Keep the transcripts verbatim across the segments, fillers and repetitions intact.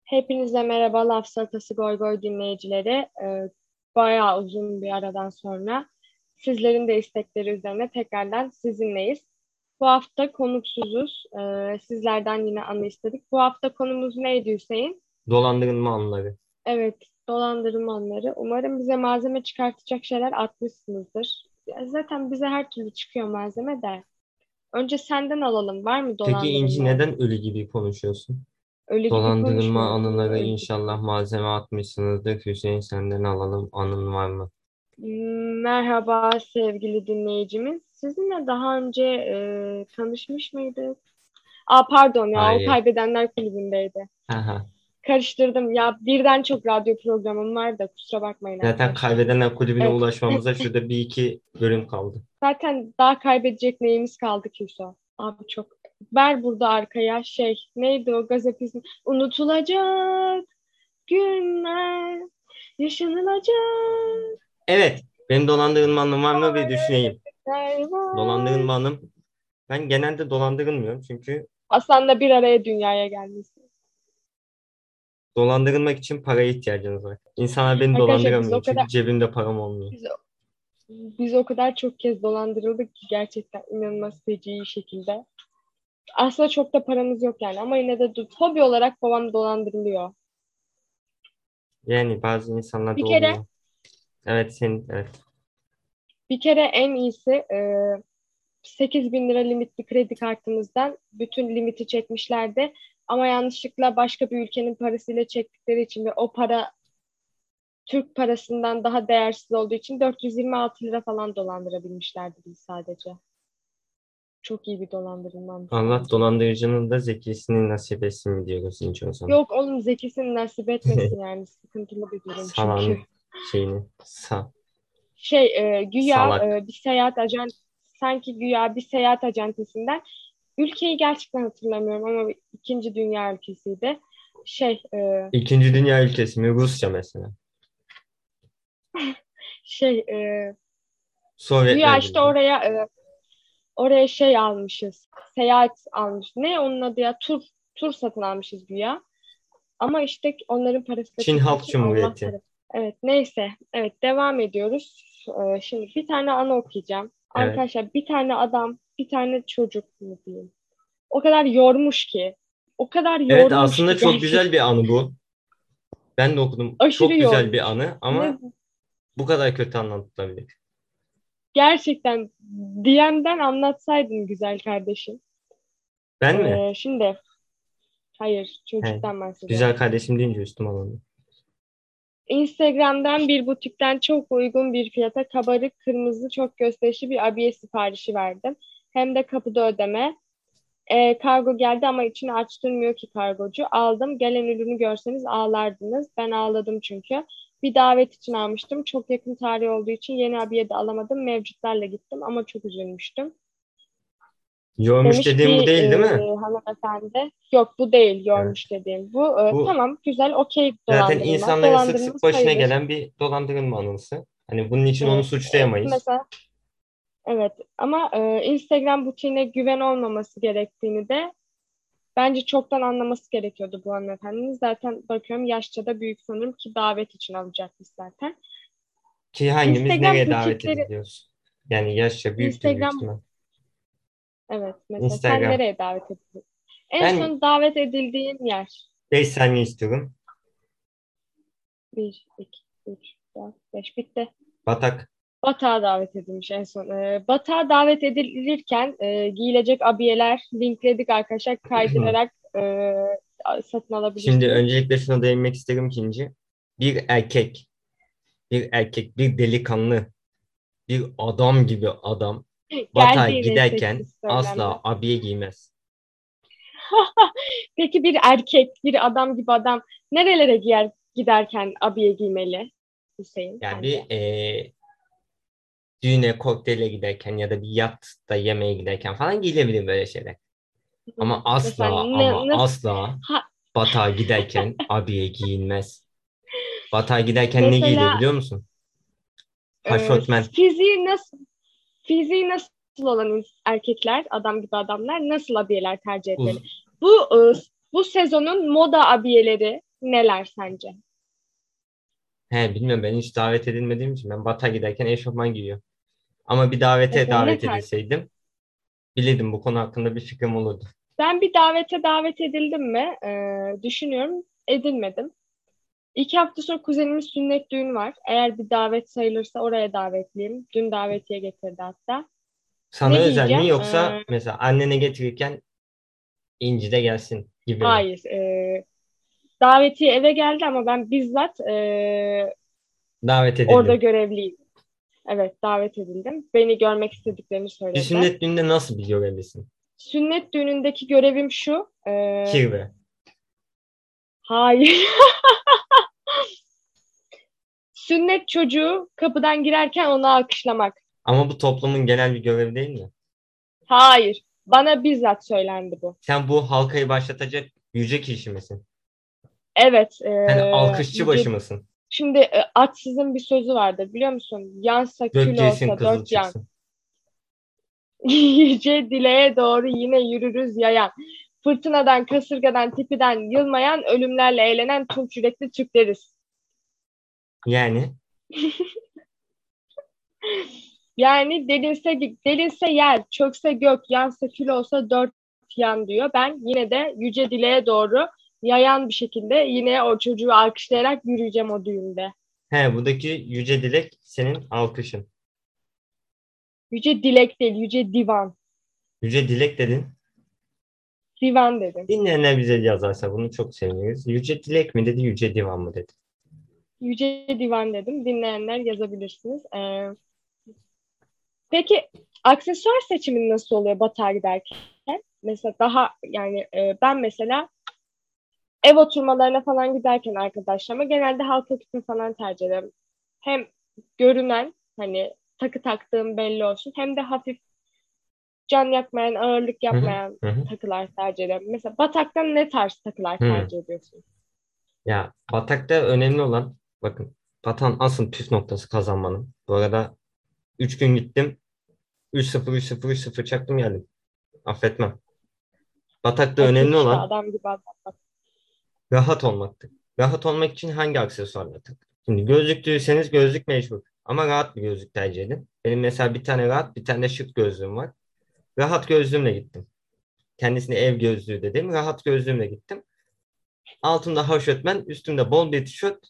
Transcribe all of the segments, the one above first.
Hepinize merhaba Laf Salatası Goy Goy dinleyicileri. Ee, bayağı uzun bir aradan sonra sizlerin de istekleri üzerine tekrardan sizinleyiz. Bu hafta konuksuzuz. Ee, sizlerden yine anı istedik. Bu hafta konumuz neydi Hüseyin? Dolandırılma anları. Evet, dolandırılma anları. Umarım bize malzeme çıkartacak şeyler atmışsınızdır. Ya zaten bize her türlü çıkıyor malzeme de. Önce senden alalım. Var mı Peki İnci, dolandırılma anı? neden ölü gibi konuşuyorsun? Ölü gibi Dolandırılma konuşmuyorum. Niye anıları ölü gibi inşallah konuşuyorum? malzeme atmışsınızdır. Hüseyin, senden alalım. Anın var mı? Merhaba sevgili dinleyicimiz. Sizinle daha önce e, tanışmış mıydık? Aa pardon ya o Hayır. Kaybedenler Kulübü'ndeydi. Aha. Karıştırdım ya birden çok radyo programım var da kusura bakmayın Zaten arkadaşlar. kaybedenler kulübüne Evet. ulaşmamıza şurada bir iki bölüm kaldı. Zaten daha kaybedecek neyimiz kaldı ki Hüso? Abi çok. Ver burada arkaya şey neydi o gazete ismi? Unutulacak günler yaşanılacak Evet. Benim dolandırılma anım var mı bir düşüneyim. günler var. Dolandırılma anım. Ben genelde dolandırılmıyorum çünkü Hasan'la bir araya dünyaya gelmesi. dolandırılmak için paraya ihtiyacınız var. İnsanlar beni Arkadaşlar biz dolandıramıyor o kadar çünkü cebimde param olmuyor. biz, biz o kadar çok kez dolandırıldık ki gerçekten inanılmaz feci şekilde. Aslında çok da paramız yok yani ama yine de du- hobi olarak babam dolandırılıyor. Yani bazı insanlar Bir da kere oluyor. Evet, senin evet. bir kere en iyisi e, sekiz bin lira limitli kredi kartımızdan bütün limiti çekmişlerdi. Ama yanlışlıkla başka bir ülkenin parasıyla çektikleri için ve o para Türk parasından daha değersiz olduğu için dört yüz yirmi altı lira falan dolandırabilmişlerdi biz sadece. Çok iyi bir dolandırılmamış Allah bence. dolandırıcının da zekisini nasip etsin mi diyoruz İnci o zaman. Yok oğlum zekisini nasip etmesin yani sıkıntılı bir durum çünkü. Salan şeyini sa Şey e, güya salak. e, bir seyahat ajan sanki güya bir seyahat acentesinden ülkeyi gerçekten hatırlamıyorum ama ikinci dünya ülkesiydi. Şey e, İkinci dünya ülkesi mi? Rusya mesela. şey e, güya Sovyetler işte Birliği. oraya e, oraya şey almışız. Seyahat almış. Ne onun adı ya? Tur tur satın almışız güya. Ama işte onların parası da Çin çıktığı Halk için Allah Cumhuriyeti. tarafı. Evet neyse. Evet devam ediyoruz. Ee, şimdi bir tane anı okuyacağım. Evet. Arkadaşlar bir tane adam, bir tane çocuk mu diyeyim. O kadar yormuş ki. O kadar Evet, yormuş aslında ki çok güzel gerçekten. bir anı bu. Ben de okudum. Aşırı Çok güzel bir yormuş. anı Ne ama bu kadar kötü anlatılabilir. gerçekten D M'den anlatsaydın güzel kardeşim. Ben mi? Ee, şimdi hayır He. çocuktan bahsediyorum. Güzel kardeşim deyince üstüm alındı. Instagram'dan bir butikten çok uygun bir fiyata kabarık kırmızı çok gösterişli bir abiye siparişi verdim. Hem de kapıda ödeme. Ee, kargo geldi ama içini açtırmıyor ki kargocu. Aldım. Gelen ürünü görseniz ağlardınız. Ben ağladım çünkü. Bir davet için almıştım. Çok yakın tarih olduğu için yeni abiye de alamadım. Mevcutlarla gittim ama çok üzülmüştüm. Yormuş Demiş dediğim bu bir değil değil mi? e, hanımefendi. Yok bu değil Evet. yormuş dediğim. Bu e, Bu tamam güzel okey zaten dolandırılma. insanların sık Dolandırılma sık başına sayılır. gelen bir dolandırılma anısı. Hani bunun için onu Evet. E, suçlayamayız. mesela evet ama e, Instagram butiğine güven olmaması gerektiğini de bence çoktan anlaması gerekiyordu bu hanımefendinin. Zaten bakıyorum yaşça da büyük sanırım ki davet için alacakmış zaten. Ki hangimiz Instagram nereye davet butikleri ediliyoruz? Yani yaşça büyüktür büyük Instagram ihtimal. evet mesela sen Instagram. nereye davet edildin? En Ben son davet edildiğin yer. beş saniye istiyorum. Bir, iki, üç, dört, beş bitti. Batak. Batağa davet edilmiş en son. Ee, Batağa davet edilirken e, giyilecek abiyeler linkledik arkadaşlar. Kaydırarak e, satın Şimdi alabilirsiniz. öncelikle şuna değinmek isterim ikinci. Bir erkek, bir erkek, bir delikanlı, bir adam gibi adam batağa Geldi yine giderken seksiz söylemler. asla abiye giymez. Peki bir erkek, bir adam gibi adam nerelere giyer giderken abiye giymeli Hüseyin Yani bir sence? eee düğüne, kokteyle giderken ya da bir yatta yemeğe giderken falan giyilebilir böyle şeyler. Hı. Ama Mesela asla ama ne, nasıl asla ha, batağa giderken abiye giyinmez. Batağa giderken ne giyilir mesela biliyor musun? e, Haşortmen. fiziği nasıl fiziği nasıl olan erkekler, adam gibi adamlar nasıl abiyeler tercih etmeli? Uz Bu e, bu sezonun moda abiyeleri neler sence? He bilmiyorum, ben hiç davet edilmediğim için ben bata giderken eşofman giyiyorum. Ama bir davete Mesela ne davet tarz? edilseydim bilirdim, bu konu hakkında bir fikrim olurdu. Ben bir davete davet edildim mi? Ee, düşünüyorum. Edilmedim. İki hafta sonra kuzenimin sünnet düğünü var. Eğer bir davet sayılırsa oraya davetliyim. Dün davetiye getirdi hatta. Sana Ne özel mi, giyeceğim? yoksa Ee, mesela annene getirirken İnci de gelsin gibi mi? hayır. Ee, davetiye eve geldi ama ben bizzat ee, Davet orada edildim. görevliyim. Evet, davet edildim. Beni görmek istediklerini Bir söylediler. sünnet düğünde nasıl bir görevlisin? Sünnet düğünündeki görevim şu. ee, Kirve. hayır. Sünnet çocuğu kapıdan girerken onu alkışlamak. Ama bu toplumun genel bir görevi değil mi? Hayır. Bana bizzat söylendi bu. Sen bu halkayı başlatacak yüce kişi misin? Evet. Sen ee, alkışçı başı yüce. mısın? Şimdi e, atsızın bir sözü vardır biliyor musun? Yansa kül Gök yesin, olsa kızıl dört yan. çıksın. Yüce dileğe doğru yine yürürüz yayan. Fırtınadan, kasırgadan, tipiden yılmayan, ölümlerle eğlenen tunç yürekli Türkleriz. Yani Yani delinse, delinse yer, çökse gök, yansa kül olsa dört yan diyor. Ben yine de yüce dileğe doğru yayan bir şekilde yine o çocuğu alkışlayarak yürüyeceğim o düğünde. he, buradaki yüce dilek senin alkışın. Yüce dilek değil, yüce divan. Yüce dilek dedin. Divan dedim. Dinleyenler bize yazarsa bunu çok seviniriz. Yüce dilek mi dedi, yüce divan mı dedi? Yüce divan dedim. Dinleyenler yazabilirsiniz. Ee, peki aksesuar seçimin nasıl oluyor batağa giderken? Mesela daha yani e, ben mesela ev oturmalarına falan giderken arkadaşlarıma genelde halka küpe falan tercih ederim. Hem görünen hani takı taktığım belli olsun hem de hafif can yakmayan, ağırlık Hı hı, yapmayan hı hı, takılar tercih ederim. Mesela bataktan ne tarz takılar hı. tercih ediyorsun? Ya batakta önemli olan, bakın, batan asıl püf noktası kazanmanın. Bu arada üç gün gittim. üç sıfır üç sıfır üç sıfır çaktım geldim. Affetmem. Batakta Hak et önemli işte olan adam gibi adam. rahat olmaktır. Rahat olmak için hangi aksesuarla tak? Şimdi gözlüklüyseniz gözlük mecbur. Ama rahat bir gözlük tercih edin. Benim mesela bir tane rahat, bir tane de şık gözlüğüm var. Rahat gözlüğümle gittim. Kendisine ev gözlüğü dedim. Rahat gözlüğümle gittim. Altımda haşötmen, üstümde bol bir tişört,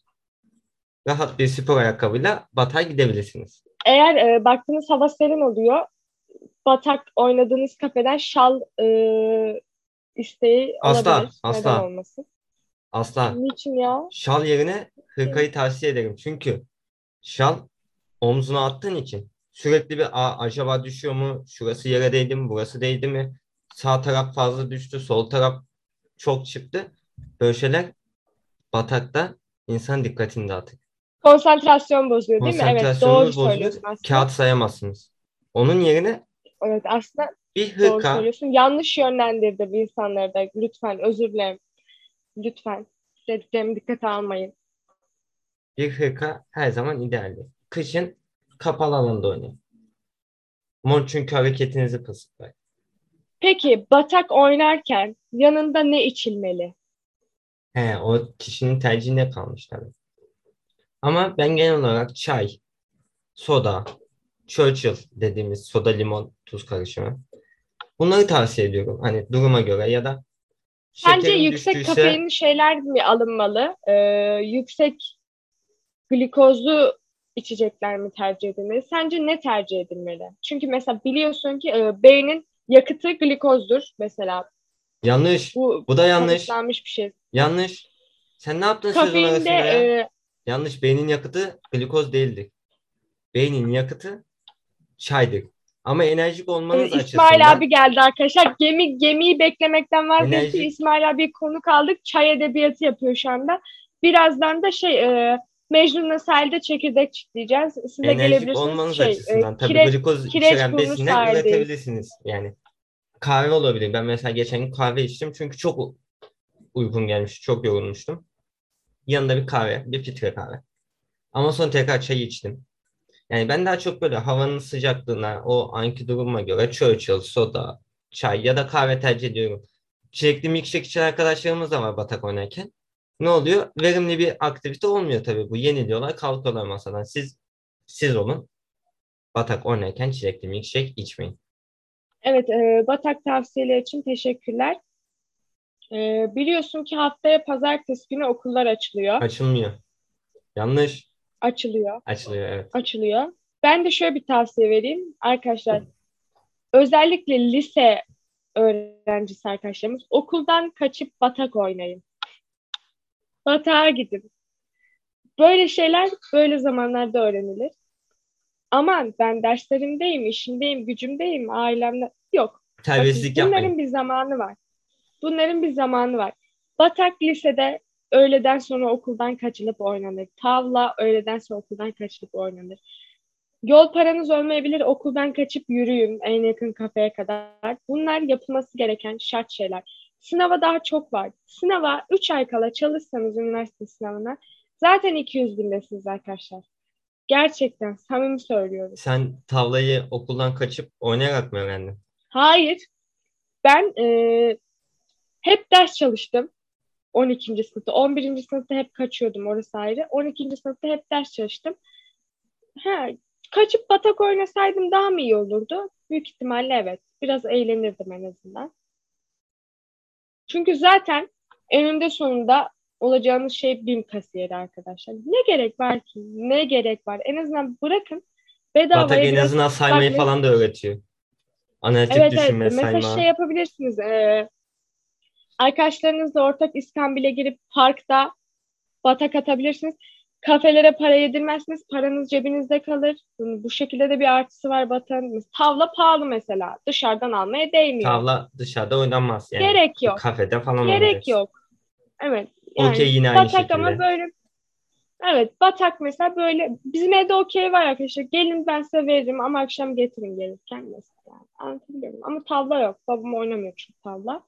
rahat bir spor ayakkabıyla batağa gidebilirsiniz. Eğer e, baktığınız hava serin oluyor, batak oynadığınız kafeden şal e, isteği Asla, olabilir. Neden asla, olmasın? asla. Niçin ya? Şal yerine hırkayı tavsiye ederim. Çünkü şal omzuna attığın için sürekli bir "Aa, acaba düşüyor mu? Şurası yere değdi mi? Burası değdi mi? Sağ taraf fazla düştü, sol taraf çok çıktı." Böyle şeyler batakta insan dikkatini dağıtır. Konsantrasyon bozuyor değil mi? Evet, doğru Konsantrasyonunuz bozulur, söylüyorsun aslında. kağıt sayamazsınız. Onun yerine Evet, aslında bir doğru hırka, söylüyorsun. Yanlış yönlendirdi bu insanları da. Lütfen, özür dilerim. Lütfen. Dediklerimi dikkate almayın. bir hırka her zaman idealdir. Kışın kapalı alanda oynayın. Mont çünkü hareketinizi kısıtlar. Peki, batak oynarken yanında ne içilmeli? He, o kişinin tercihine kalmış tabii. Ama ben genel olarak çay, soda, Churchill dediğimiz soda limon tuz karışımı. Bunları tavsiye ediyorum. Hani duruma göre, ya da Sence şekerin yüksek düştüyse kafeinli şeyler mi alınmalı? Ee, yüksek glikozlu içecekler mi tercih edilmeli? Sence ne tercih edilmeli? Çünkü mesela biliyorsun ki e, beynin yakıtı glikozdur mesela. yanlış. Bu Bu da yanlış. kanıtlanmış bir şey. Yanlış. Sen ne yaptın sözün Kafeinde arasında ya? e, Yanlış. Beynin yakıtı glikoz değildir. Beynin yakıtı çaydır. Ama enerjik olmanız İsmail açısından abi geldi arkadaşlar. Gemi gemiyi beklemekten vazgeçti. enerjik İsmail abi konuk aldık. Çay edebiyatı yapıyor şu anda. Birazdan da şey e, Mecnun'la sahilde çekirdek çitleyeceğiz. Size enerjik gelebilirsiniz. olmanız Şey e, açısından tabii kireç glikoz içeren Kireçburnu besinler sahildeyiz. üretebilirsiniz. Yani kahve olabilir. Ben mesela geçen gün kahve içtim çünkü çok uykum gelmiş, çok yorulmuştum. Yanında bir kahve, bir filtre kahve. Ama sonra tekrar çay içtim. Yani ben daha çok böyle havanın sıcaklığına, o anki duruma göre Churchill, soda, çay ya da kahve tercih ediyorum. Çilekli milkshake içen arkadaşlarımız da var batak oynarken. Ne oluyor? Verimli bir aktivite olmuyor tabii bu. Yeniliyorlar, kalkıyorlar masadan. Siz siz olun. Batak oynarken çilekli milkshake içmeyin. Evet, e, Batak tavsiyeler için teşekkürler. E, biliyorsun ki haftaya pazartesi günü okullar açılıyor. Açılmıyor. Yanlış. Açılıyor, Açılıyor, evet. açılıyor. Ben de şöyle bir tavsiye vereyim arkadaşlar. Özellikle lise öğrencisi arkadaşlarımız okuldan kaçıp batak oynayın. Batağa gidin. Böyle şeyler böyle zamanlarda öğrenilir. Aman ben derslerimdeyim, işimdeyim, gücümdeyim, ailemle. Yok. Bakın Terbiyesizlik yapmayın. bunların bir zamanı var. Bunların bir zamanı var. Batak lisede öğleden sonra okuldan kaçılıp oynanır. Tavla öğleden sonra okuldan kaçılıp oynanır. Yol paranız olmayabilir, okuldan kaçıp yürüyün en yakın kafeye kadar. Bunlar yapılması gereken şart şeyler. Sınava daha çok var. Sınava üç ay kala çalışsanız üniversite sınavına zaten iki yüz bindesiniz arkadaşlar. Gerçekten samimi söylüyorum. Sen tavlayı okuldan kaçıp oynayarak mı öğrendin? Hayır, ben e, hep ders çalıştım. on ikinci sınıfta. on birinci sınıfta hep kaçıyordum, orası ayrı. on ikinci sınıfta hep ders çalıştım. Ha, kaçıp batak oynasaydım daha mı iyi olurdu? Büyük ihtimalle evet. Biraz eğlenirdim en azından. Çünkü zaten eninde sonunda olacağınız şey BİM kasiyeri arkadaşlar. Ne gerek var ki? Ne gerek var? En azından bırakın Batak bedavaya en biraz azından bak saymayı mes falan da öğretiyor. Analitik evet evet düşünme, mesela şey sayma. yapabilirsiniz. Ee, arkadaşlarınızla ortak iskambile girip parkta batak atabilirsiniz. Kafelere para yedirmezsiniz. Paranız cebinizde kalır. Bu şekilde de bir artısı var batağın. Tavla pahalı mesela. Dışarıdan almaya değmiyor. Tavla dışarıda oynanmaz yani. Gerek Bir yok. kafede falan Gerek oynayacaksın. yok. Evet. Okey Yani yine aynı batak ama şekilde. böyle evet batak mesela böyle bizim evde okey var arkadaşlar. Gelin ben size veririm ama akşam getirin gelirken mesela. Anlatabiliyor muyum? Ama tavla yok. Babam oynamıyor çünkü tavla.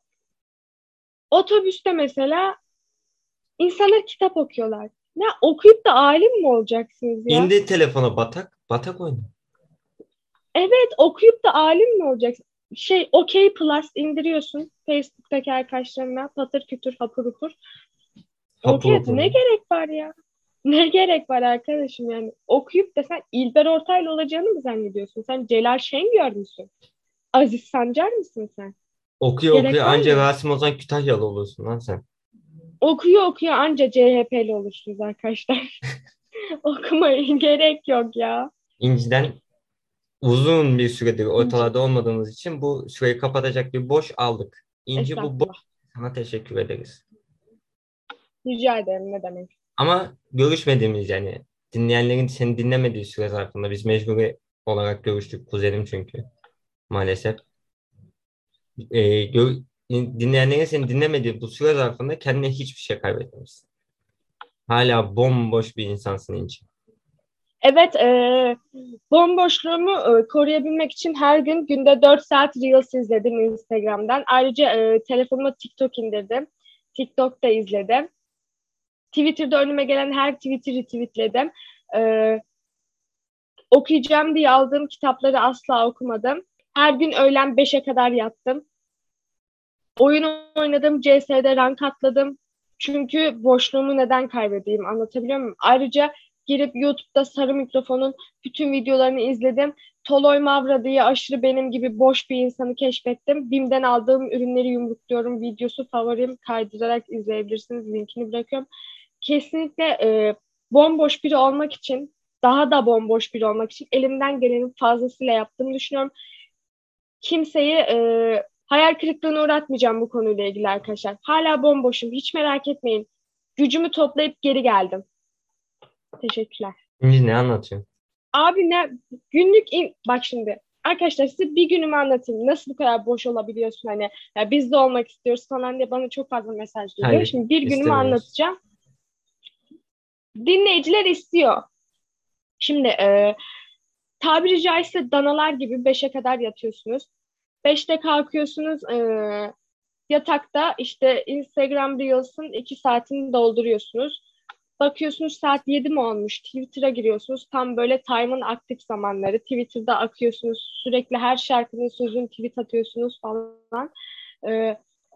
Otobüste mesela insanlar kitap okuyorlar. Ne okuyup da alim mi olacaksınız ya? İndir telefona batak. Batak oyna. Evet, okuyup da alim mi olacaksın? Şey, Okey Plus indiriyorsun Facebook'taki arkadaşlarına patır kütür hapur hapur. Hapur Okey, hapur ne mu? gerek var ya? Ne gerek var arkadaşım yani? Okuyup da sen İlber Ortaylı olacağını mı zannediyorsun? Sen Celal Şengör müsün? Aziz Sancar mısın sen? Okuyor Gerek okuyor var anca mı? Rasim Ozan Kütahyalı olursun lan sen. Okuyor okuyor anca C H P'li olursunuz arkadaşlar. Okumayın gerek yok ya. İnciden uzun bir süredir İnci. ortalarda olmadığımız için bu süreyi kapatacak bir boş aldık. İnci bu boş. Estağfurullah. Sana teşekkür ederiz. Rica ederim ne demek. Ama görüşmediğimiz yani dinleyenlerin seni dinlemediği süre zarfında biz mecburi olarak görüştük. Kuzenim çünkü maalesef. Ee, gör- dinleyenlerin seni dinlemediği bu süre zarfında kendine hiçbir şey kaybetmemişsin. Hala bomboş bir insansın İnci. Evet, e, bomboşluğumu e, koruyabilmek için her gün günde dört saat Reels izledim Instagram'dan. Ayrıca e, telefonuma TikTok indirdim. TikTok'ta izledim. Twitter'da önüme gelen her tweet'i retweetledim. E, okuyacağım diye aldığım kitapları asla okumadım. Her gün öğlen beşe kadar yattım. Oyun oynadım, C S'de rank atladım. Çünkü boşluğumu neden kaybedeyim anlatabiliyor muyum? Ayrıca girip YouTube'da Sarı Mikrofon'un bütün videolarını izledim. Toloy Mavra diye aşırı benim gibi boş bir insanı keşfettim. BİM'den aldığım ürünleri yumrukluyorum. Videosu favorim, kaydırarak izleyebilirsiniz. Linkini bırakıyorum. Kesinlikle e, bomboş biri olmak için, daha da bomboş biri olmak için elimden gelenin fazlasıyla yaptığımı düşünüyorum. Kimseyi e, hayal kırıklığına uğratmayacağım bu konuyla ilgili arkadaşlar. Hala bomboşum. Hiç merak etmeyin. Gücümü toplayıp geri geldim. Teşekkürler. İnci ne anlatıyorsun? Abi ne günlük in- bak şimdi arkadaşlar size bir günümü anlatayım. Nasıl bu kadar boş olabiliyorsun hani ya biz de olmak istiyoruz falan diye bana çok fazla mesaj geliyor. Hayır, Şimdi bir günümü istemiyoruz. anlatacağım. Dinleyiciler istiyor. Şimdi e, tabiri caizse danalar gibi beşe kadar yatıyorsunuz. Beşte kalkıyorsunuz. E, yatakta işte Instagram Reels'ın iki saatini dolduruyorsunuz. Bakıyorsunuz saat yedi mi olmuş? Twitter'a giriyorsunuz. Tam böyle time'ın aktif zamanları. Twitter'da akıyorsunuz. Sürekli her şarkının sözünü tweet atıyorsunuz falan. Ee,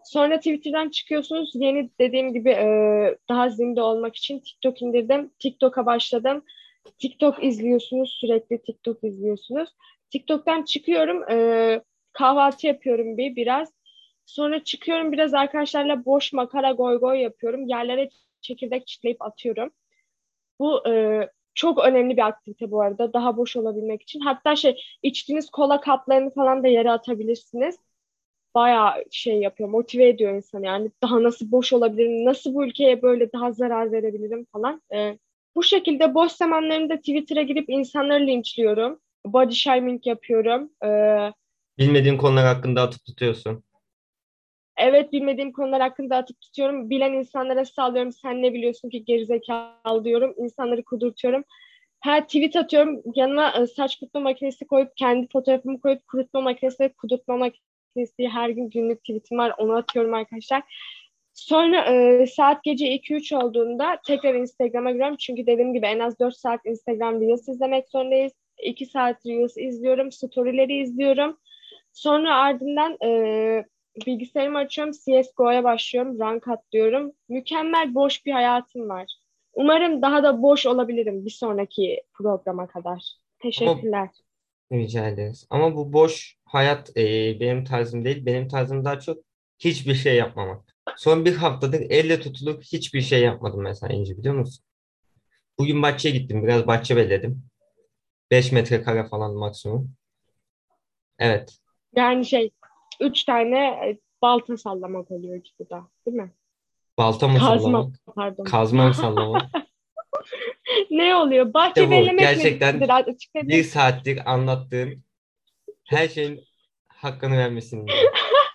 Sonra Twitter'dan çıkıyorsunuz. Yeni dediğim gibi e, daha zinde olmak için TikTok indirdim. TikTok'a başladım. TikTok izliyorsunuz. Sürekli TikTok izliyorsunuz. TikTok'tan çıkıyorum. E, kahvaltı yapıyorum bir biraz. Sonra çıkıyorum biraz arkadaşlarla boş makara goy goy yapıyorum. Yerlere çekirdek çitleyip atıyorum. Bu e, çok önemli bir aktivite bu arada. Daha boş olabilmek için. Hatta şey içtiğiniz kola kaplarını falan da yere atabilirsiniz. Bayağı şey yapıyor, motive ediyor insanı yani. Daha nasıl boş olabilirim, nasıl bu ülkeye böyle daha zarar verebilirim falan. E, bu şekilde boş zamanlarımda Twitter'a girip insanları linçliyorum. Body shaming yapıyorum. E, Bilmediğin konular hakkında atıp tutuyorsun. Evet, bilmediğim konular hakkında atıp tutuyorum. Bilen insanlara sallıyorum. Sen ne biliyorsun ki gerizekalı diyorum. İnsanları kudurtuyorum. Her tweet atıyorum. Yanına e, saç kurutma makinesi koyup kendi fotoğrafımı koyup kurutma makinesi, kurutma makinesi diye her gün günlük tweetim var. Onu atıyorum arkadaşlar. Sonra e, saat gece iki üç olduğunda tekrar Instagram'a giriyorum. Çünkü dediğim gibi en az dört saat Instagram Reels izlemek zorundayız. iki saat Reels izliyorum. Storyleri izliyorum. Sonra ardından e, bilgisayarımı açıyorum. C S G O'ya başlıyorum. Rank atlıyorum. Mükemmel boş bir hayatım var. Umarım daha da boş olabilirim bir sonraki programa kadar. Ama Teşekkürler. rica ederiz. Ama bu boş hayat e, benim tarzım değil. Benim tarzım daha çok hiçbir şey yapmamak. Son bir haftadır elle tutulur hiçbir şey yapmadım mesela İnci, biliyor musun? Bugün bahçeye gittim. Biraz bahçe belledim. beş metrekare falan maksimum. Evet. Yani şey üç tane e, balta sallamak oluyor gibi da, değil mi? Balta mı Kazma sallamak? pardon. Kazma mı sallamak? Ne oluyor? İşte Bahçe bu. bellemek Gerçekten nedir? Açıklayabilir bir misin? saattir anlattığın her şeyin hakkını vermişsin İnci.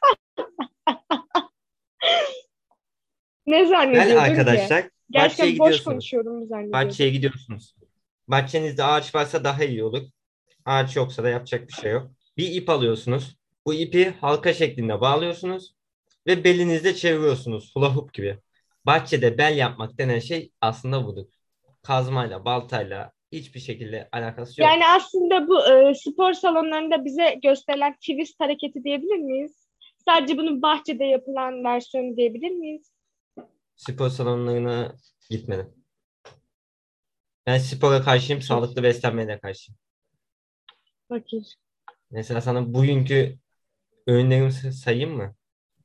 Ne Gel zannediyordun ki? arkadaşlar, bahçeye Gerçekten boş gidiyorsunuz. konuşuyorum mu Bahçeye zannediyordun? gidiyorsunuz. Bahçenizde ağaç varsa daha iyi olur. Ağaç yoksa da yapacak bir şey yok. Bir ip alıyorsunuz. Bu ipi halka şeklinde bağlıyorsunuz ve belinizde çeviriyorsunuz hula hoop gibi. Bahçede bel yapmak denen şey aslında budur. Kazmayla, baltayla hiçbir şekilde alakası yok. Yani aslında bu e, spor salonlarında bize gösterilen twist hareketi diyebilir miyiz? Sadece bunun bahçede yapılan versiyonu diyebilir miyiz? Spor salonlarına gitmedim. Ben spora karşıyım, Fakir, sağlıklı beslenmeye de karşıyım. fakir. Mesela sana bugünkü öğünlerimi say- sayayım mı?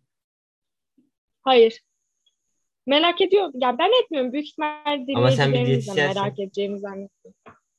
Hayır. Merak ediyorum. Ya ben etmiyorum. Büyük ihtimal Ama sen bir dinleyicilerimiz de merak diyetisyensin. edeceğini zannediyorum.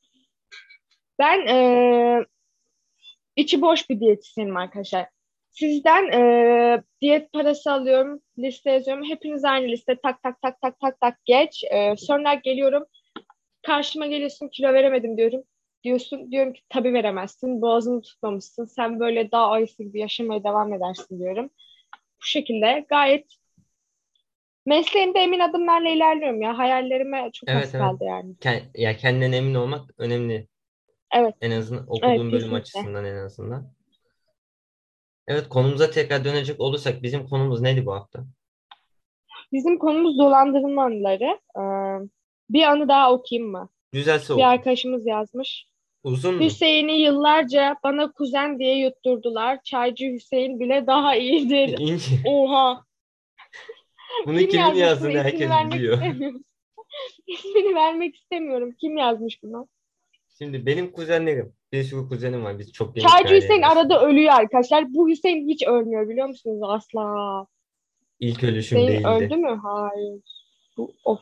Ben e, içi boş bir diyetisyenim arkadaşlar. Sizden e, diyet parası alıyorum, liste yazıyorum. Hepiniz aynı liste tak tak tak tak tak tak geç. E, sonra geliyorum. Karşıma geliyorsun kilo veremedim diyorum. Diyorsun diyorum ki tabii veremezsin. Boğazını tutmamışsın. Sen böyle daha ayısı gibi yaşamaya devam edersin diyorum. Bu şekilde gayet mesleğimde emin adımlarla ilerliyorum ya. Hayallerime çok az Evet, evet. kaldı yani. Ken- ya kendinden emin olmak önemli. Evet, En azından evet okuduğum bölüm kesinlikle. açısından en azından. Evet, konumuza tekrar dönecek olursak bizim konumuz neydi bu hafta? Bizim konumuz dolandırılma anıları. Ee, bir anı daha okuyayım mı? Güzelse Bir oku. arkadaşımız yazmış. Uzun mu? Hüseyin'i yıllarca bana kuzen diye yutturdular. Çaycı Hüseyin bile daha iyidir. İnci. Oha. Bunu Kim kimin yazmış bunu? yazdığını İsmini herkes vermek biliyor. istemiyorum. İsmini vermek istemiyorum. Kim yazmış bunu? Şimdi benim kuzenlerim. Bir sürü kuzenim var. Biz çok geniş bir Çaycı aileyiz Hüseyin arada aslında. ölüyor arkadaşlar. Bu Hüseyin hiç ölmüyor biliyor musunuz? Asla. İlk ölüşüm Hüseyin öldü değildi. mü? Hayır. Bu, of.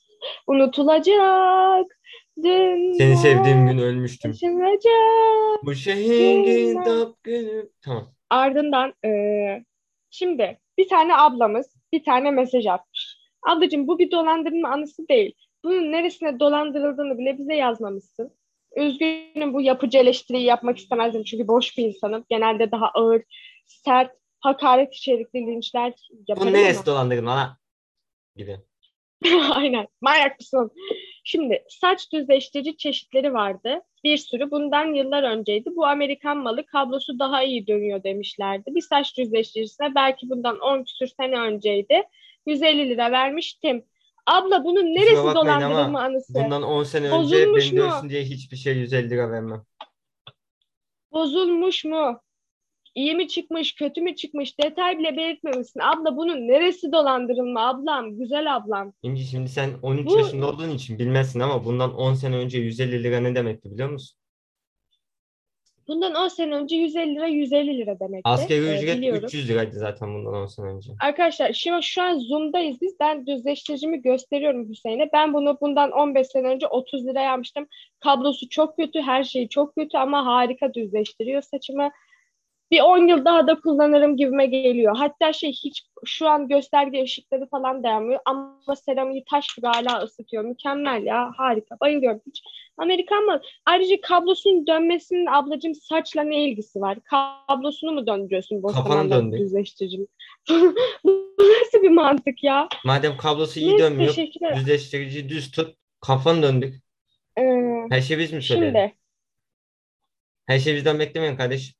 Unutulacak Seni sevdiğim dünya gün ölmüştüm. yaşanacak Bu şehrin günler. top günü. Tamam. Ardından eee, şimdi bir tane ablamız bir tane mesaj atmış. Ablacığım bu bir dolandırma anısı değil. Bunun neresine dolandırıldığını bile bize yazmamışsın. Üzgünüm bu yapıcı eleştiriyi yapmak istemezdim çünkü boş bir insanım. Genelde daha ağır, sert, hakaret içerikli linçler Bu yaparım neresi ama dolandırma lan? Gibi. aynen. Manyak mısın? Şimdi saç düzleştirici çeşitleri vardı. Bir sürü. Bundan yıllar önceydi. Bu Amerikan malı kablosu daha iyi dönüyor demişlerdi. Bir saç düzleştiricisine belki bundan on küsür sene önceydi. yüz elli lira vermiştim. Abla bunun Kusura neresi bakmayın dolandırılma ama anısı? bundan on sene önce Bozulmuş beni mu? dövsün diye hiçbir şey yüz elli lira vermem. Bozulmuş mu? İyi mi çıkmış, kötü mü çıkmış detay bile belirtmemişsin. Abla bunun neresi dolandırılma ablam, güzel ablam. İnci şimdi sen on üç Bu yaşında olduğun için bilmezsin ama bundan on sene önce yüz elli lira ne demekti biliyor musun? bundan on sene önce yüz elli lira yüz elli lira demekti. Asgari Ee, ücret biliyorum. üç yüz liraydı zaten bundan on sene önce. Arkadaşlar şimdi şu an Zoom'dayız biz. Ben düzleştiricimi gösteriyorum Hüseyin'e. Ben bunu bundan on beş sene önce otuz liraya almıştım. Kablosu çok kötü, her şeyi çok kötü ama harika düzleştiriyor saçımı. Bir on yıl daha da kullanırım gibime geliyor. Hatta şey hiç şu an gösterge ışıkları falan dayanmıyor ama seramiği taş gibi hala ısıtıyor. Mükemmel ya, harika. Bayılıyorum. Hiç Amerikan mı? Ayrıca kablosunun dönmesinin ablacığım saçla ne ilgisi var? Kablosunu mu döndürüyorsun boş Kafanı zamanda döndür. düzleştiricim? Bu nasıl bir mantık ya? Madem kablosu iyi Neyse dönmüyor, teşekkürler. düzleştirici düz tut. Kafanı döndür. Ee, Her şeyi biz mi söyleyelim? şimdi Her şeyi bizden beklemeyin kardeş.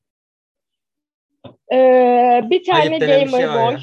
ee, bir tane Ayıp denen bir şey gamer var boy. ya.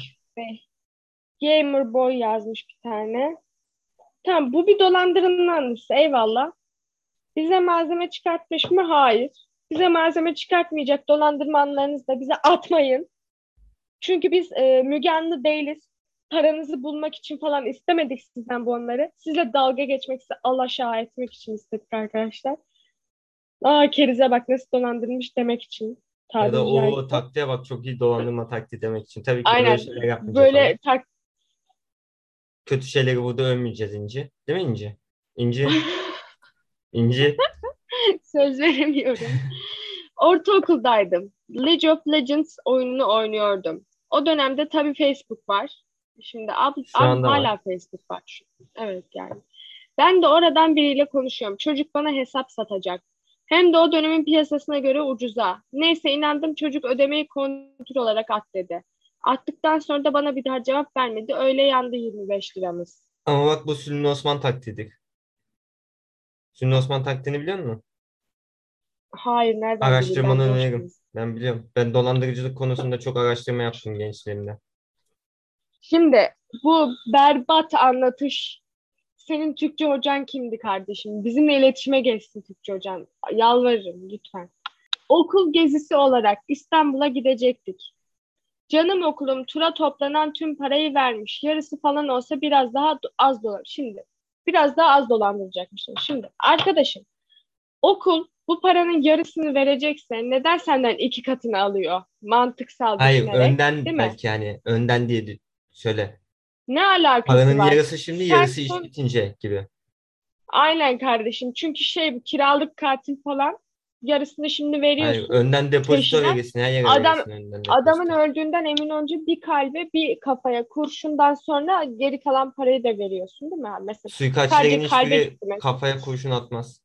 Gamer boy yazmış bir tane. Tamam bu bir dolandırılmanlısı eyvallah. Bize malzeme çıkartmış mı? Hayır. Bize malzeme çıkartmayacak dolandırmanlarınızı da bize atmayın. Çünkü biz e, Müge Anlı değiliz. Paranızı bulmak için falan istemedik sizden bu onları. Sizle dalga geçmek, size alaşağı etmek için istedik arkadaşlar. Aa kerize bak nasıl dolandırmış demek için Ya da tabiri o caizse. taktiğe bak çok iyi dolandırma taktiği demek için. Tabii ki öyle Aynen. şeyler yapmayacağız ama. Böyle tak Kötü şeyleri burada övmeyeceğiz İnci. Değil mi İnci? İnci. İnci. söz veremiyorum. Ortaokuldaydım. League of Legends oyununu oynuyordum. O dönemde tabii Facebook var. Şimdi ab, Şu abim anda var. hala Facebook var. Evet yani. Ben de oradan biriyle konuşuyorum. Çocuk bana hesap satacak. Hem de o dönemin piyasasına göre ucuza. Neyse inandım çocuk ödemeyi kontrol olarak at dedi. Attıktan sonra da bana bir daha cevap vermedi. Öyle yandı yirmi beş liramız. Ama bak bu Sülün Osman taktiğidir. Sülün Osman taktiğini biliyor musun? Hayır nereden bileyim Araştırmanı ben boş öneririm. kız. Ben biliyorum. Ben dolandırıcılık konusunda çok araştırma yaptım gençliğimde. Şimdi bu berbat anlatış. Senin Türkçe hocan kimdi kardeşim? Bizimle iletişime geçsin Türkçe hocan. Yalvarırım lütfen. Okul gezisi olarak İstanbul'a gidecektik. Canım okulum tura toplanan tüm parayı vermiş. Yarısı falan olsa biraz daha do- az dolar. Şimdi biraz daha az dolandıracakmışım. Şimdi arkadaşım okul bu paranın yarısını verecekse neden senden iki katını alıyor? Mantıksal Hayır, düşünerek, önden değil mi? belki yani önden diye dü- söyle. Ne alakası Paranın var? yarısı şimdi, Sen yarısı iş son bitince gibi. aynen kardeşim. Çünkü şey bu kiralık katil falan yarısını şimdi Hayır, veriyorsun önden depozito peşinen. verirsin, her yere Adam verirsin önden adamın depozito. öldüğünden emin önce bir kalbe bir kafaya kurşundan sonra geri kalan parayı da veriyorsun değil mi? Mesela Suikastçilerin sadece kalbe hiçbiri gitti mesela. kafaya kurşun atmaz.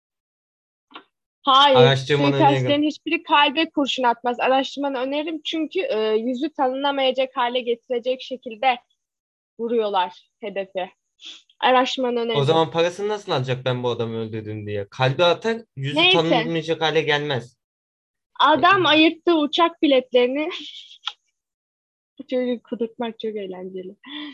Hayır, Araştırmanı suikastlerin öneririm. hiçbiri kalbe kurşun atmaz. Araştırmanı öneririm çünkü e, yüzü tanınamayacak hale getirecek şekilde vuruyorlar hedefi. Araştırmanı O öneririm. zaman parasını nasıl alacak ben bu adamı öldürdüm diye? Kalbi atar, yüzü Neyse, tanınmayacak hale gelmez. E, adam ayırttı uçak biletlerini. Bu çocuğu kudurtmak çok eğlenceli.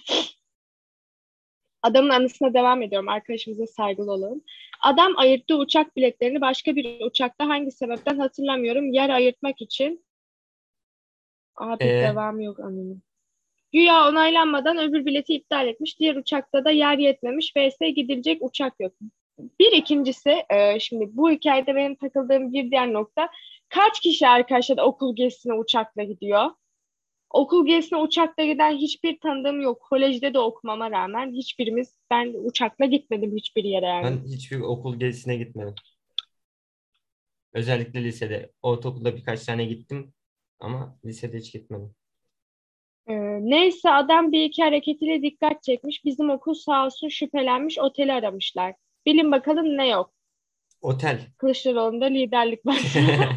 Adamın anısına devam ediyorum. Arkadaşımıza saygılı olalım. Adam ayırttı uçak biletlerini başka bir uçakta hangi sebepten hatırlamıyorum. Yer ayırtmak için. Abi e, devam yok anının. Güya onaylanmadan öbür bileti iptal etmiş. Diğer uçakta da yer yetmemiş. vs gidilecek uçak yok. Bir ikincisi e, şimdi bu hikayede benim takıldığım bir diğer nokta. Kaç kişi arkadaşlar okul gezisine uçakla gidiyor? Okul gezisine uçakla giden hiçbir tanıdığım yok. Kolejde de okumama rağmen hiçbirimiz ben uçakla gitmedim hiçbir yere yani. ben hiçbir okul gezisine gitmedim. Özellikle lisede. Ortaokulda birkaç tane gittim ama lisede hiç gitmedim. Ee, neyse adam bir iki hareketiyle dikkat çekmiş. Bizim okul sağ olsun şüphelenmiş oteli aramışlar. Bilin bakalım ne yok. Otel. Kılıçdaroğlu'nda liderlik var.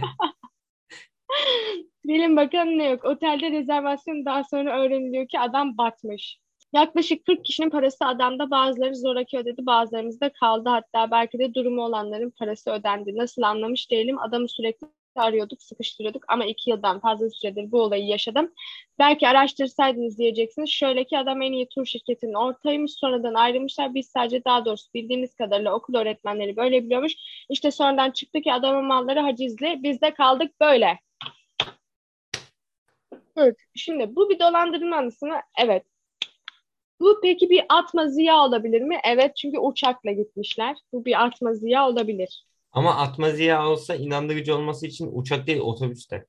Bilin bakalım ne yok. Otelde rezervasyon daha sonra öğreniliyor ki adam batmış. Yaklaşık kırk kişinin parası adamda bazıları zoraki ödedi bazılarımız da kaldı. Hatta belki de durumu olanların parası ödendi. Nasıl anlamış değilim. Adamı sürekli arıyorduk, sıkıştırıyorduk ama iki yıldan fazla süredir bu olayı yaşadım. Belki araştırsaydınız diyeceksiniz. Şöyle ki adam en iyi tur şirketinin ortağıymış. Sonradan ayrılmışlar. Biz sadece daha doğrusu bildiğimiz kadarıyla okul öğretmenleri böyle biliyormuş. İşte sonradan çıktı ki adamın malları hacizli. Biz de kaldık böyle. Evet. Şimdi bu bir dolandırılma anısı mı? Evet. Bu peki bir atma ziya olabilir mi? Evet, çünkü uçakla gitmişler. Bu bir atma ziya olabilir. Ama atma ziya olsa inandırıcı olması için uçak değil otobüste.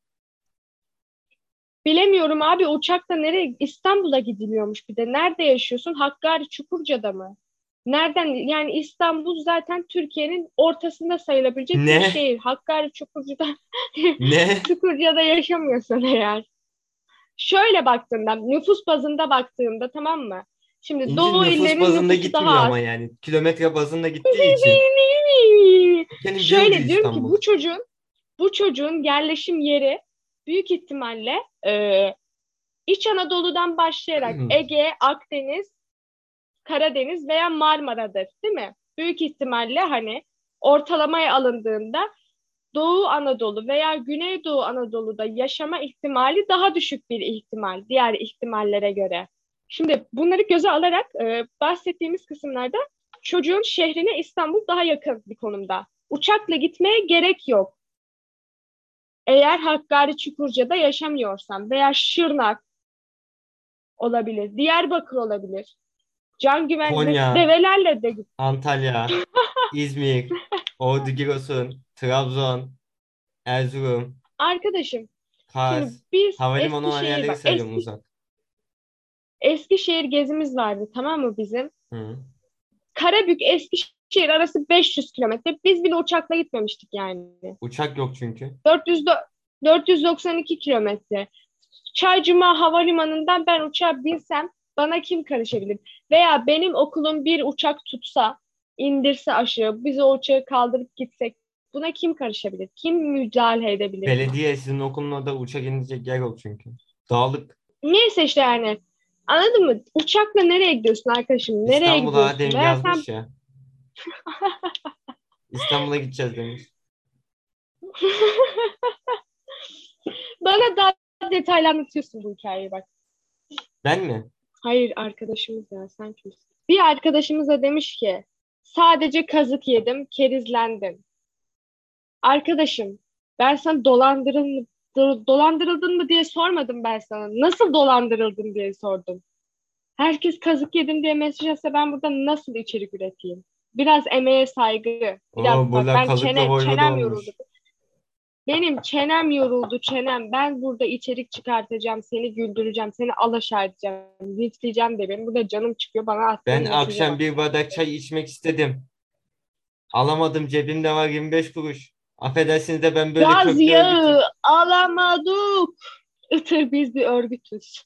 Bilemiyorum abi, uçakla nereye? İstanbul'a gidiliyormuş bir de. Nerede yaşıyorsun? Hakkari Çukurca'da mı? Nereden? Yani İstanbul zaten Türkiye'nin ortasında sayılabilecek bir Ne? şehir. Hakkari Çukurca'da Ne? Çukurca'da yaşamıyorsun eğer. Şöyle baktığında, nüfus bazında baktığında, tamam mı? Şimdi İnci Doğu nüfus illerin bazında nüfusu daha gitmiyor az. ama yani. Kilometre bazında gittiği için. Ülkenin bir ucu Şöyle diyorum ki İstanbul. bu çocuğun bu çocuğun yerleşim yeri büyük ihtimalle e, İç Anadolu'dan başlayarak Ege, Akdeniz, Karadeniz veya Marmara'dır, değil mi? Büyük ihtimalle hani ortalamaya alındığında Doğu Anadolu veya Güneydoğu Anadolu'da yaşama ihtimali daha düşük bir ihtimal diğer ihtimallere göre. Şimdi bunları göze alarak e, bahsettiğimiz kısımlarda çocuğun şehrine İstanbul daha yakın bir konumda. Uçakla gitmeye gerek yok. Eğer Hakkari Çukurca'da yaşamıyorsan veya Şırnak olabilir, Diyarbakır olabilir. Can Güvenlik Konya, develerle de git. Antalya, İzmir, Ordu Giresun, Trabzon, Erzurum, Arkadaşım, şimdi Kars. biz Havalimanı olan Eskişehir yerleri bak sayıyorum eski uzak. Eskişehir gezimiz vardı, tamam mı bizim? Hı. Karabük Eskişehir arası beş yüz kilometre. Biz bile uçakla gitmemiştik yani. Uçak yok çünkü. dört yüz do- dört yüz doksan iki kilometre. Çaycuma Havalimanı'ndan ben uçağa binsem bana kim karışabilir? Veya benim okulum bir uçak tutsa, indirse aşağı, biz o uçağı kaldırıp gitsek buna kim karışabilir? Kim müdahale edebilir buna? Belediye sizin okulun orada uçak inecek yer yok çünkü. Dağlık. Neyse işte yani. Anladın mı? Uçakla nereye gidiyorsun arkadaşım? Nereye İstanbul'a gidiyorsun? Adem Veya sen yazmış ya. İstanbul'a gideceğiz demiş. bana daha detaylı anlatıyorsun bu hikayeyi bak. Ben mi? Hayır, arkadaşımız ya, sen kimsin? Bir arkadaşımız da demiş ki sadece kazık yedim, kerizlendim. Arkadaşım, ben sana dolandırıldın, dolandırıldın mı diye sormadım ben sana. Nasıl dolandırıldın diye sordum. Herkes kazık yedim diye mesaj atsa ben burada nasıl içerik üreteyim? Biraz emeğe saygı. Biraz Oo, bak, burada ben kazıklı çene, voyvoda çenem yoruldu. olmuş. Benim çenem yoruldu, çenem. Ben burada içerik çıkartacağım, seni güldüreceğim, seni alaşağı edeceğim, linçleyeceğim de benim burada canım çıkıyor. Bana Ben attığın mesaja akşam bak. bir bardak çay içmek istedim. Alamadım, cebimde var yirmi beş kuruş. Affedersiniz de ben böyle Gaz köklü yağı örgütüm. alamadık. Itır, biz bir örgütüz.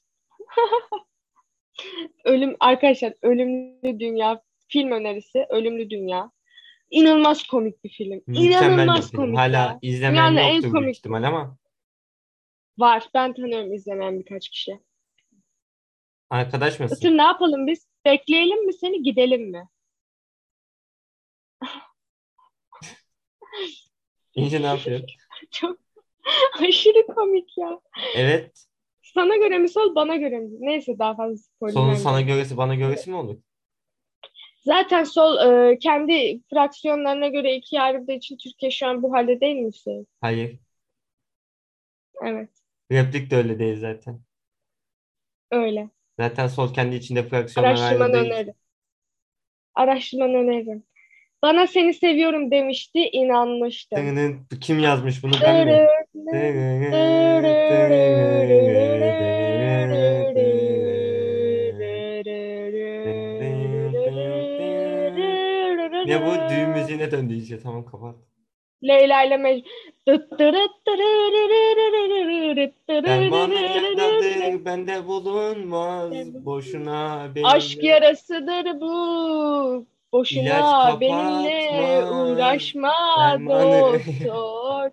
Ölüm arkadaşlar, Ölümlü Dünya film önerisi. Ölümlü Dünya. İnanılmaz komik bir film. Mükemmel bir İnanılmaz film. komik Hala ya. izlemeyen Dünyanın en yoktur büyük komik ihtimal filmi. ama Var. Ben tanıyorum izlemeyen birkaç kişi. arkadaş Itır, mısın? ne yapalım biz? Bekleyelim mi seni, gidelim mi? İnce ne yapıyor? Çok aşırı komik ya. Evet. Sana göre mi sol, bana göre mi? Neyse, daha fazla spoiler Sonun sana vermeyeceğim. göresi bana göresi mi olur? Zaten sol e, kendi fraksiyonlarına göre ikiye ayrıldığı için Türkiye şu an bu halde değil mi Hüseyin? Hayır. Evet, Replik de öyle değil zaten. öyle. Zaten sol kendi içinde fraksiyonlara Araştırmanı ayrıldığı için. öneririm. Araştırmanı öneririm. Bana seni seviyorum demişti, inanmıştım. Tının- Kim yazmış bunu ben mi? Dırırı, Ne bu? Düğün müziğine döndü iyice. Tamam kapat. Leyla ile Mecnun. Dermanı yardadır bende bulunmaz. Boşuna Aşk benimle. yarasıdır bu. İlaç Boşuna benimle kapatmaz. uğraşma Dermanı. doktor.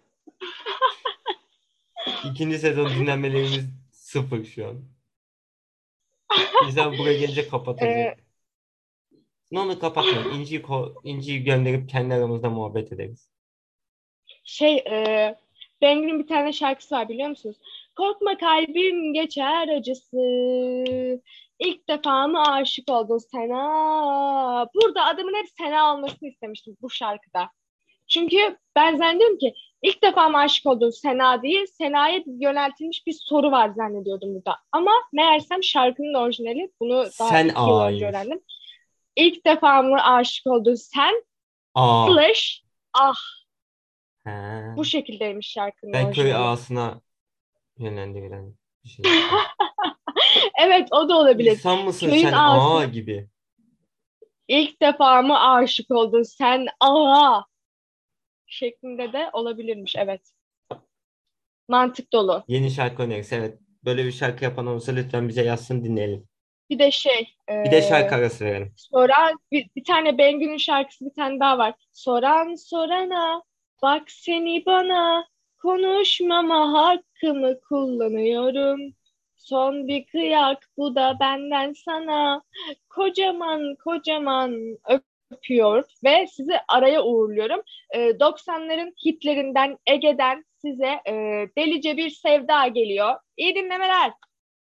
İkinci sezon dinlenmelerimiz sıfır şu an. İnsan buraya gelince kapatacak. Ee, Ne onu kapatmayın. İnci'yi, ko- İnci'yi gönderip kendi aramızda muhabbet ederiz. şey e, Bengü'nün bir tane şarkısı var, biliyor musunuz? Korkma kalbim geçer acısı. İlk defa mı aşık oldun Sena? Burada adamın hep Sena olmasını istemiştim bu şarkıda. Çünkü ben zannediyorum ki İlk defa mı aşık oldun Sena değil, Sena'ya yöneltilmiş bir soru var zannediyordum burada. Ama meğersem şarkının orijinali, bunu daha Sen iki yıl önce A'ymış. öğrendim. İlk defa mı aşık oldun sen A. slash ah, bu He. şekildeymiş şarkının Ben köy orijinali. A'sına yönlendirilen bir şey yaptım. Evet, o da olabilir. İnsan mısın Köyün sen A ağasına gibi? ilk defa mı aşık oldun sen ağa şeklinde de olabilirmiş, evet. Mantık dolu. Yeni şarkı önerisi, evet. Böyle bir şarkı yapan olursa lütfen bize yazsın, dinleyelim. Bir de şey Bir de şarkı e, arası verelim. soran bir, bir tane Bengü'nün şarkısı, bir tane daha var. Soran sorana bak seni bana, konuşmama hakkımı kullanıyorum. Son bir kıyak bu da benden sana. Kocaman kocaman öpüyor ve sizi araya uğurluyorum. Ee, doksanların hitlerinden, Ege'den size e, delice bir sevda geliyor. İyi dinlemeler.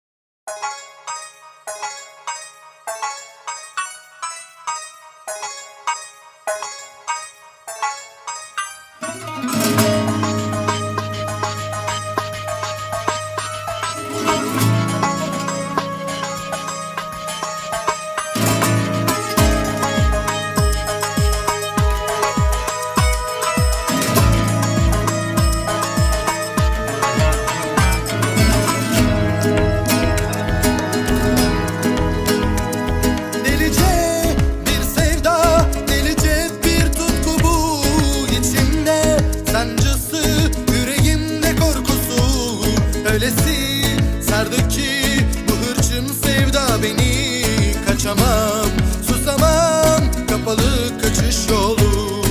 Delice bir sevda, delice bir tutku bu içimde sancısı, yüreğimde korkusu öylesi sardı ki bu hırçın sevda beni. Kaçamam, susamam, kapalı kaçış yolu.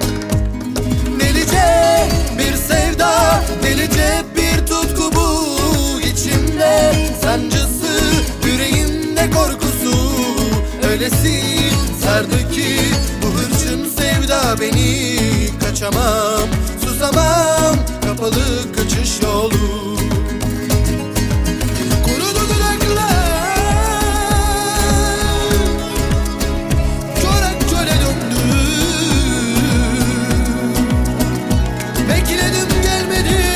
Delice bir sevda, delice bir tutku bu içimde sancısı, yüreğimde korkusu öylesi sardı ki bu hırçın sevda beni. Kaçamam, susamam, kapalı kaçış yolu. Kurudu dudaklar, çorak çöle döndü. Bekledim gelmedin,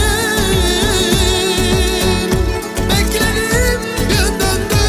bekledim gün döndü.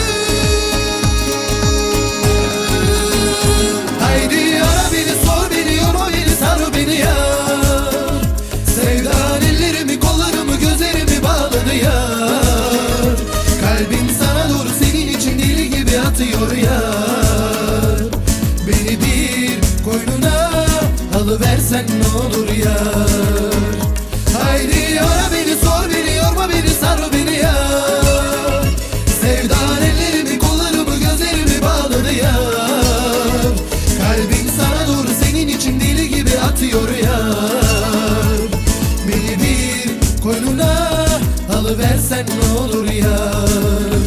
Haydi ara beni, sor beni, yorma beni, sar beni yar. Sevdan ellerimi, kollarımı, gözlerimi bağladı yar. Kalbim sana doğru senin için deli gibi atıyor yar. Beni bir koynuna alıversen ne olur yar. Haydi ara beni, sor beni, yorma beni, sar beni yar. Sevdan ellerimi, kollarımı, gözlerimi bağladı yar. Kalbim sana doğru senin için deli gibi atıyor yar. Beni bir koynuna alıversen ne olur yar.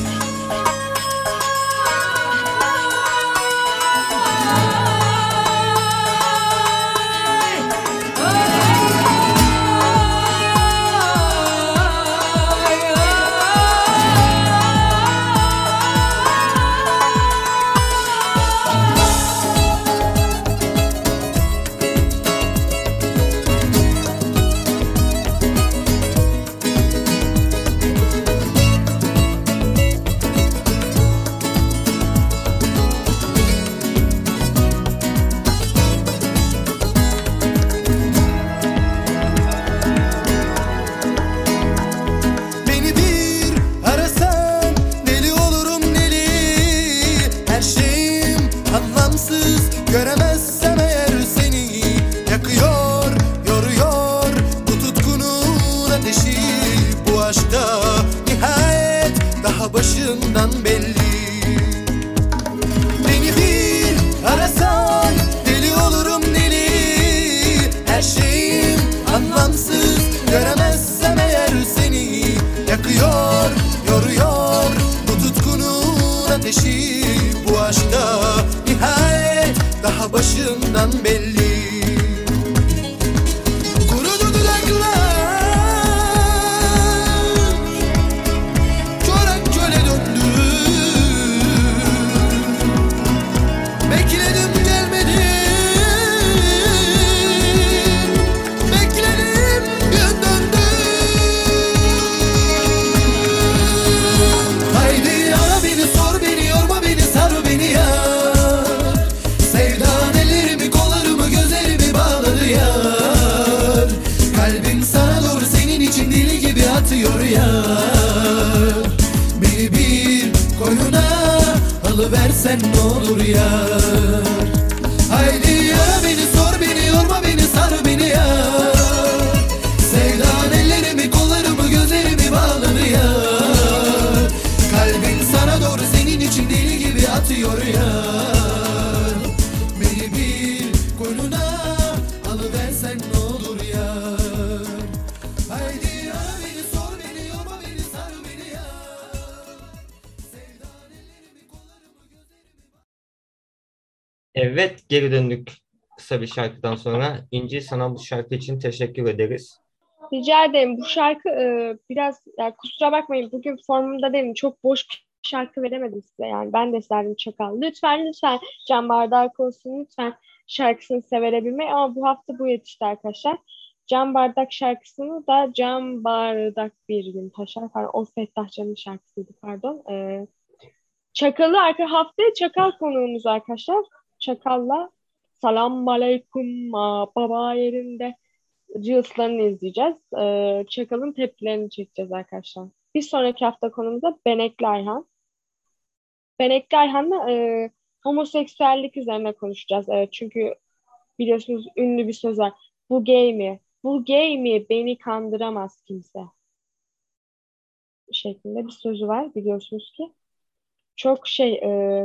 Beni bir arasan deli olurum deli. Her şeyim anlamsız, göremezsem eğer seni. Yakıyor, yoruyor bu tutkunun ateşi. Bu aşkta nihayet daha başından belli. Beni bir arasan deli olurum deli. Her şeyim anlamsız, göremezsem eğer seni. Yakıyor, yoruyor bu tutkunun ateşi. Bu aşkta nihayet daha başından atıyor yar. Beni bir koynuna alıversen ne olur yar. Haydi ya beni sor beni yorma beni sar beni yar. Sevdan ellerimi kollarımı gözlerimi bağladı yar. Kalbin sana doğru senin için deli gibi atıyor yar. Beni bir koynuna alıversen ne olur yar. Haydi ya beni sor beni yorma beni sar beni yar. Sevdan ellerimi kollarımı gözlerimi. Evet, geri döndük kısa bir şarkıdan sonra. İnci, sana bu şarkı için teşekkür ederiz. Rica ederim. Bu şarkı e, biraz yani kusura bakmayın bugün formumda değilim. Çok boş bir şarkı veremedim size yani. Ben de isterdim Çakal. Lütfen lütfen Can Bardak olsun lütfen şarkısını severebilmeyi ama bu hafta bu yetişti arkadaşlar. Can Bardak şarkısını da Can Bardak bir gün taşar. Pardon, o Fettah Can'ın şarkısıydı pardon. E, Çakal'ı arka haftaya Çakal konuğumuz arkadaşlar. Çakal'la Salam Aleyküm baba yerinde Reels'larını izleyeceğiz. Ee, Çakal'ın tepkilerini çekeceğiz arkadaşlar. Bir sonraki hafta konumuzda Benekli Ayhan. Benekli Ayhan'la e, homoseksüellik üzerine konuşacağız. Evet, çünkü biliyorsunuz ünlü bir söz var. Bu gay mi? Bu gay mi? Beni kandıramaz kimse. Şeklinde bir sözü var biliyorsunuz ki. Çok şey e,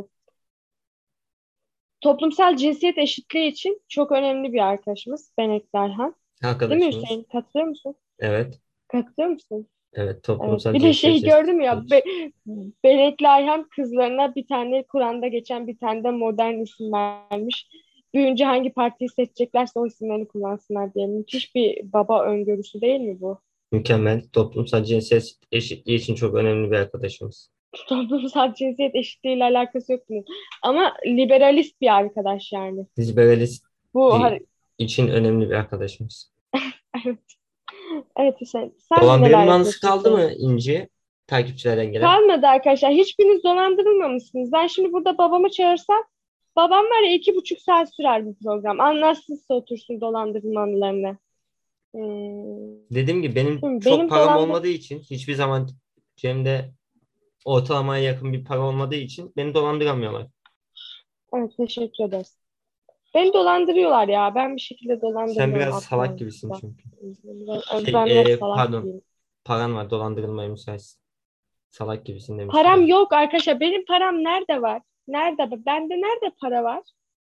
toplumsal cinsiyet eşitliği için çok önemli bir arkadaşımız Benekli Ayhan. Değil mi Arkadaşımız. Hüseyin? Katılıyor musun? Evet. Katılıyor musun? Evet, Evet. toplumsal Bir de şey cinsiyet gördüm ya eşitliği. Be Benekli Ayhan kızlarına bir tane Kur'an'da geçen bir tane de modern isim vermiş. Büyünce hangi partiyi seçeceklerse o isimlerini kullansınlar diye. Müthiş bir baba öngörüsü değil mi bu? Mükemmel. Toplumsal cinsiyet eşitliği için çok önemli bir arkadaşımız. Toplumsal cinsiyet eşitliğiyle alakası yok bunun. Ama liberalist bir arkadaş yani. Liberalist Bu hani için önemli bir arkadaşımız. evet. Evet Hüseyin. Sen neler Dolandırılmanız yapıyorsun kaldı Hüseyin? mı İnci? Takipçilerden gelen. Kalmadı arkadaşlar. Hiçbiriniz dolandırılmamışsınız. Ben şimdi burada babamı çağırsam babam var ya iki buçuk saat sürer bu program. Anlatsızsa otursun dolandırılmalarını. Hmm. Dediğim gibi benim Şimdi çok benim param dolandır... olmadığı için hiçbir zaman cebimde ortalamaya yakın bir para olmadığı için beni dolandıramıyorlar. Evet teşekkür ederiz. Beni dolandırıyorlar ya. Ben bir şekilde Sen dolandırıyorum biraz salak aptal. gibisin çünkü. Ben, Şey, ben biraz e, salak pardon. gibiyim. Paran var, dolandırılmaya müsaitsin. Salak gibisin demiştim. Param yok arkadaşlar. Benim param nerede var? Nerede? Bende nerede para var?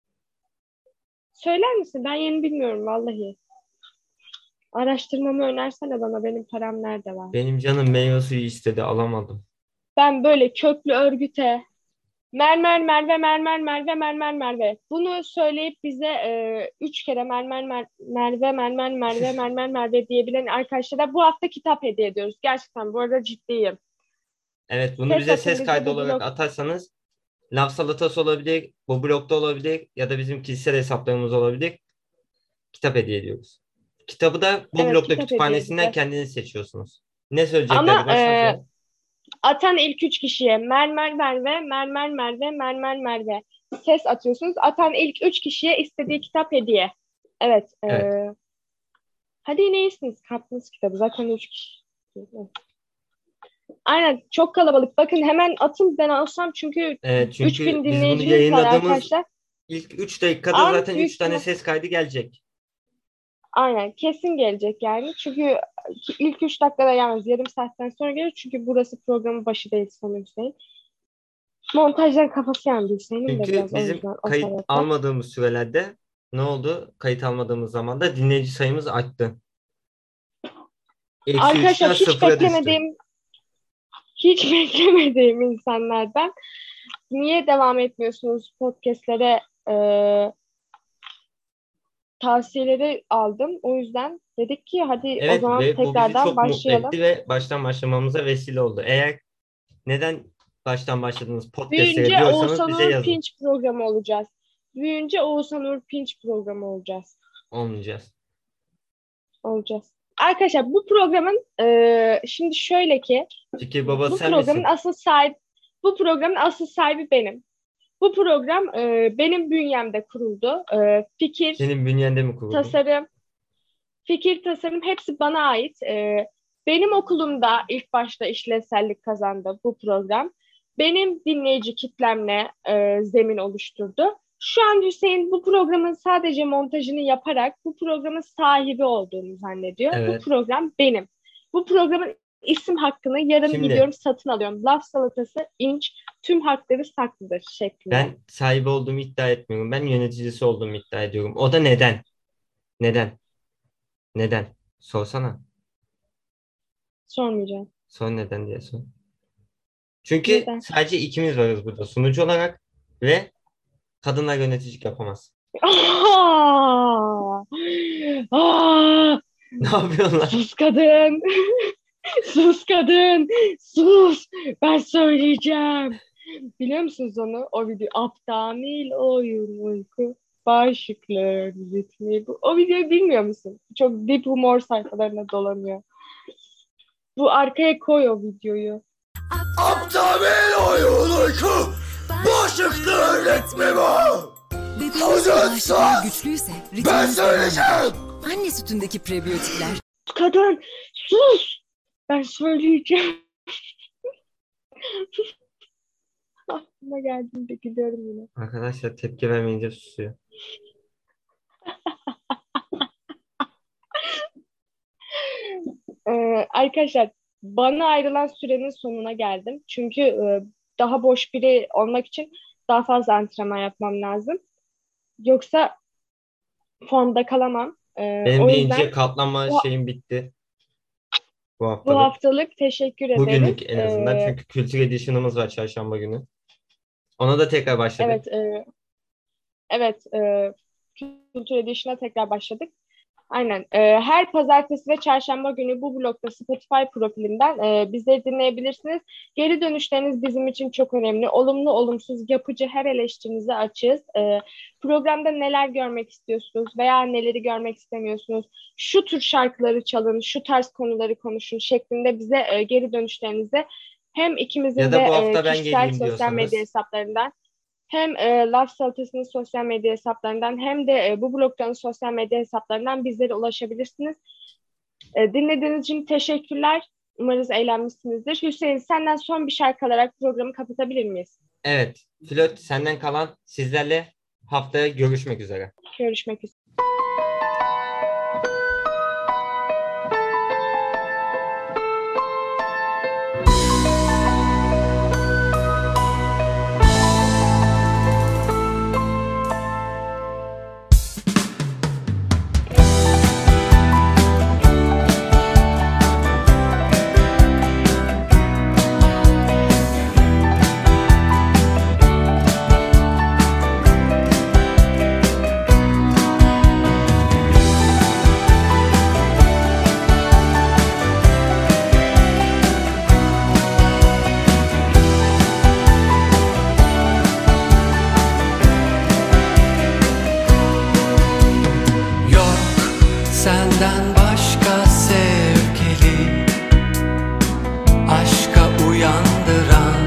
Söyler misin? Ben yeni bilmiyorum vallahi. Araştırmamı önersene bana. Benim param nerede var? Benim canım meyve suyu istedi, alamadım. Ben böyle köklü örgüte mermer merve mermer merve mermer merve bunu söyleyip bize e, üç kere mermer mer, merve mermer merve mermer merve diyebilen arkadaşlara bu hafta kitap hediye ediyoruz. Gerçekten bu arada ciddiyim. Evet, bunu Ses bize atın ses bize kaydı bu olarak blog. atarsanız Laf Salatası olabilir, bu blogda olabilir ya da bizim kişisel hesaplarımız olabilir. Kitap hediye ediyoruz. Kitabı da bu Evet, blogda kitap hediye kütüphanesinden edeceğiz. kendiniz seçiyorsunuz. Ne söyleyeceklerdi? Ama Baştan e, söyle. atan ilk üç kişiye mermer merve mermer merve mermer merve ses atıyorsunuz. Atan ilk üç kişiye istediği kitap hediye. Evet. E, Evet. hadi yine iyisiniz. Kaptınız kitabı. Zaten üç kişi. Aynen. Çok kalabalık. Bakın hemen atın ben alsam çünkü Evet, üç bin çünkü biz bunu dinleyicimiz var yayınladığımız arkadaşlar. ilk üç dakikada An zaten büyük üç tane ihtimal- ses kaydı gelecek. Aynen. Kesin gelecek yani. Çünkü ilk üç dakikada gelmez. Yarım saatten sonra gelir. Çünkü burası programın başı değil sanırım Hüseyin. Montajdan kafası yandı Hüseyin'in de Çünkü biraz o bizim yüzden o kayıt sebepten. almadığımız sürelerde ne oldu? Kayıt almadığımız zaman da dinleyici sayımız arttı. Eksi Arkadaşlar üçten hiç sıfıra düştü. beklemediğim hiç beklemediğim insanlardan niye devam etmiyorsunuz podcastlere e, tavsiyeleri aldım. O yüzden dedik ki hadi o Evet zaman ve bu bizi tekrardan çok mutlu başlayalım. etti ve baştan başlamamıza vesile oldu. Eğer neden baştan başladınız podcastlere Büyünce diyorsanız Oğuzhan bize Uğur yazın. Pinç programı olacağız. Büyünce Oğuzhan Uğur Pinç programı olacağız. Olmayacağız. Olacağız. Arkadaşlar bu programın e, şimdi şöyle ki Fikir babası bu sen programın misin? asıl sahibi bu programın asıl sahibi benim. Bu program e, benim bünyemde kuruldu. E, fikir, Senin bünyende mi kuruldu? tasarım, fikir, tasarım hepsi bana ait. E, Benim okulumda ilk başta işlevsellik kazandı bu program. Benim dinleyici kitlemle e, zemin oluşturdu. Şu an Hüseyin bu programın sadece montajını yaparak bu programın sahibi olduğunu zannediyor. Evet. Bu program benim. Bu programın isim hakkını yarın Şimdi- gidiyorum satın alıyorum. Laf salatası inç tüm hakları saklıdır şeklinde. Ben sahibi olduğumu iddia etmiyorum. Ben yöneticisi olduğumu iddia ediyorum. O da neden? Neden? Neden? Sorsana. Sormayacağım. Sor neden diye sor. Çünkü Neden? sadece ikimiz varız burada. Sunucu olarak ve kadınlar yöneticilik yapamaz. Aa! Aa! Ne yapıyorsun lan? Sus kadın. Sus kadın. Sus. Ben söyleyeceğim. Biliyor musunuz onu? O video. Aptamil oyun uyku. Bağışıklığı ritmi. Bu. O videoyu bilmiyor musun? Çok deep humor sayfalarına dolanıyor. Bu arkaya koy o videoyu. Aptal oyun uyku. Bağışıklığı öğretme bu. Bebeğinizin Hocam, bağışıklığı sus! güçlüyse Ben ritminiz devam eder. söyleyeceğim. Anne sütündeki prebiyotikler Sus kadın. Sus. Ben söyleyeceğim. Aklıma geldiğinde gidiyorum yine. Arkadaşlar tepki vermeyince susuyor. Ee, arkadaşlar bana ayrılan sürenin sonuna geldim. Çünkü e, daha boş biri olmak için daha fazla antrenman yapmam lazım. Yoksa formda kalamam. Ee, Benim o bir yüzden ince katlanma bu- şeyim bitti. Bu bu haftalık. haftalık teşekkür ederiz. Bugünlük en azından. Ee, Çünkü kültür edition'ımız var çarşamba günü. Ona da tekrar başladık. evet, e, evet, e, Kültür Edition'a tekrar başladık. Aynen. E, her pazartesi ve çarşamba günü bu blogda Spotify profilinden e, bizleri dinleyebilirsiniz. Geri dönüşleriniz bizim için çok önemli. Olumlu, olumsuz, yapıcı her eleştirinize açığız. E, programda neler görmek istiyorsunuz veya neleri görmek istemiyorsunuz? Şu tür şarkıları çalın, şu tarz konuları konuşun şeklinde bize e, geri dönüşlerinizi hem ikimizin Ya da de bu hafta e, ben kişisel geleyim sosyal diyorsanız. medya hesaplarından hem e, Laf Salatası'nın sosyal medya hesaplarından hem de e, bu blogdan sosyal medya hesaplarından bizlere ulaşabilirsiniz. E, dinlediğiniz için teşekkürler. Umarız eğlenmişsinizdir. Hüseyin senden son bir şarkı alarak programı kapatabilir miyiz? Evet. Flört senden kalan sizlerle haftaya görüşmek üzere. Görüşmek üzere. Yok senden başka sevgili, aşka uyandıran,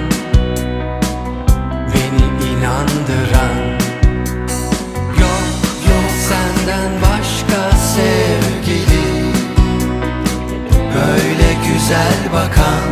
beni inandıran. Yok yok senden başka sevgili, böyle güzel bakan,